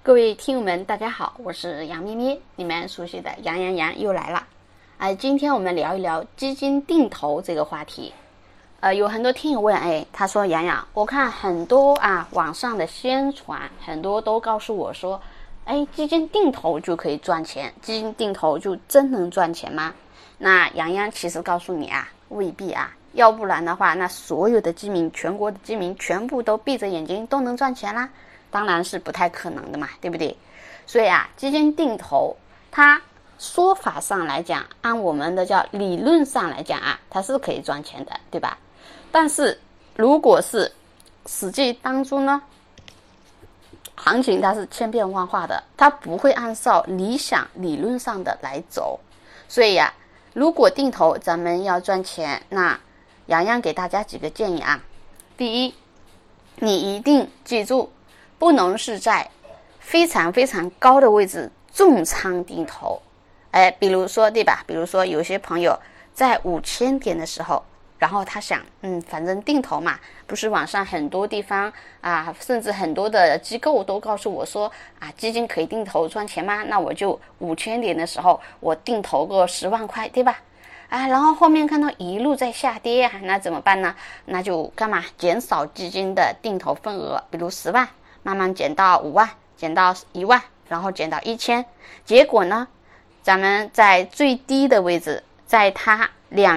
各位听友们，大家好，我是杨咪咪，你们熟悉的杨洋洋又来了。今天我们聊一聊基金定投这个话题。有很多听友问，他说洋洋，我看很多网上的宣传，很多都告诉我说，基金定投就可以赚钱，基金定投就真能赚钱吗？那洋洋其实告诉你未必要不然的话，那所有的基民，全国的基民全部都闭着眼睛都能赚钱啦？当然是不太可能的嘛，对不对？所以基金定投它说法上来讲，按我们的叫理论上来讲它是可以赚钱的，对吧？但是如果是实际当中呢，行情它是千变万化的，它不会按照理想理论上的来走。所以如果定投咱们要赚钱，那洋洋给大家几个建议第一，你一定记住，不能是在非常非常高的位置重仓定投。比如说对吧，比如说有些朋友在5000点的时候，然后他想反正定投嘛，不是网上很多地方甚至很多的机构都告诉我说基金可以定投赚钱吗？那我就5000点的时候我定投个10万块，对吧？然后后面看到一路在下跌那怎么办呢？那就干嘛？减少基金的定投份额，比如10万慢慢减到5万，减到1万，然后减到1000。结果呢，咱们在最低的位置，在它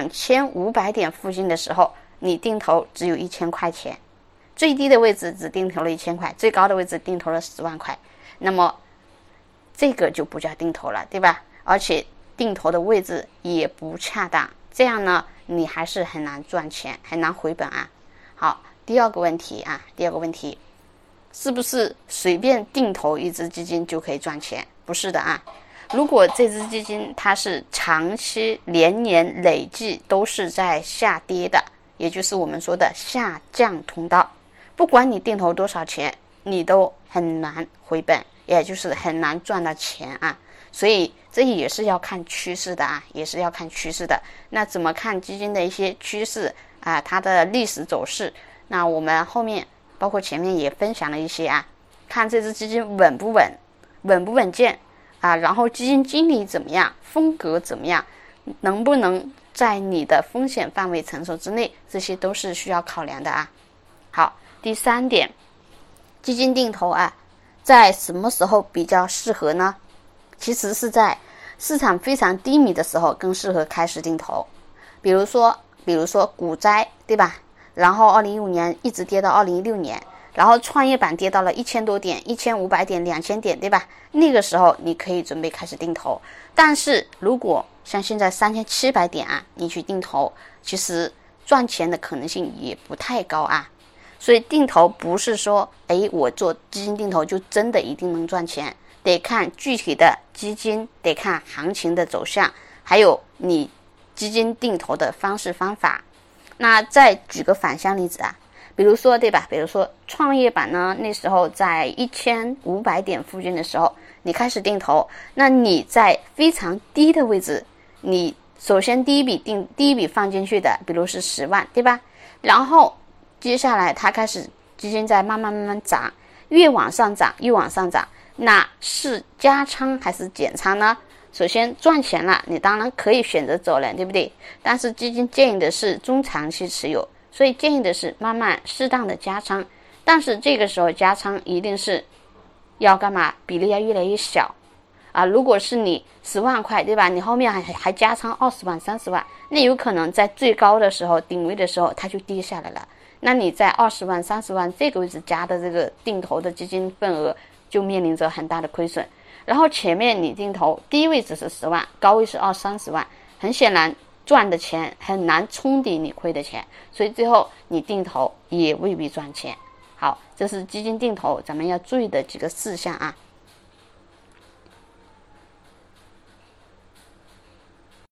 2500点附近的时候，你定投只有1000块钱，最低的位置只定投了1000块，最高的位置定投了10万块，那么这个就不叫定投了，对吧？而且定投的位置也不恰当，这样呢，你还是很难赚钱，很难回本好，第二个问题，是不是随便定投一只基金就可以赚钱？不是的如果这只基金它是长期连年累计都是在下跌的，也就是我们说的下降通道，不管你定投多少钱，你都很难回本，也就是很难赚到钱所以这也是要看趋势的也是要看趋势的。那怎么看基金的一些趋势它的历史走势？那我们后面包括前面也分享了一些看这只基金稳不稳健然后基金经理怎么样，风格怎么样，能不能在你的风险范围承受之内，这些都是需要考量的好，第三点，基金定投在什么时候比较适合呢？其实是在市场非常低迷的时候更适合开始定投。比如说股灾，对吧？然后2015年一直跌到2016年，然后创业板跌到了1000多点，1500点，2000点，对吧？那个时候你可以准备开始定投。但是如果像现在3700点你去定投，其实赚钱的可能性也不太高所以定投不是说我做基金定投就真的一定能赚钱，得看具体的基金，得看行情的走向，还有你基金定投的方式方法。那再举个反向例子比如说对吧，比如说创业板呢，那时候在1500点附近的时候你开始定投，那你在非常低的位置，你首先第一笔放进去的比如是10万，对吧？然后接下来它开始基金在慢慢涨，越往上涨，那是加仓还是减仓呢？首先赚钱了，你当然可以选择走人，对不对？但是基金建议的是中长期持有，所以建议的是慢慢适当的加仓，但是这个时候加仓一定是要干嘛？比例要越来越小如果是你10万块，对吧？你后面还加仓20万、30万，那有可能在最高的时候顶位的时候它就跌下来了，那你在20万、30万这个位置加的这个定投的基金份额就面临着很大的亏损。然后前面你定投低位只是10万，高位是20、30万，很显然赚的钱很难冲抵你亏的钱，所以最后你定投也未必赚钱。好，这是基金定投咱们要注意的几个事项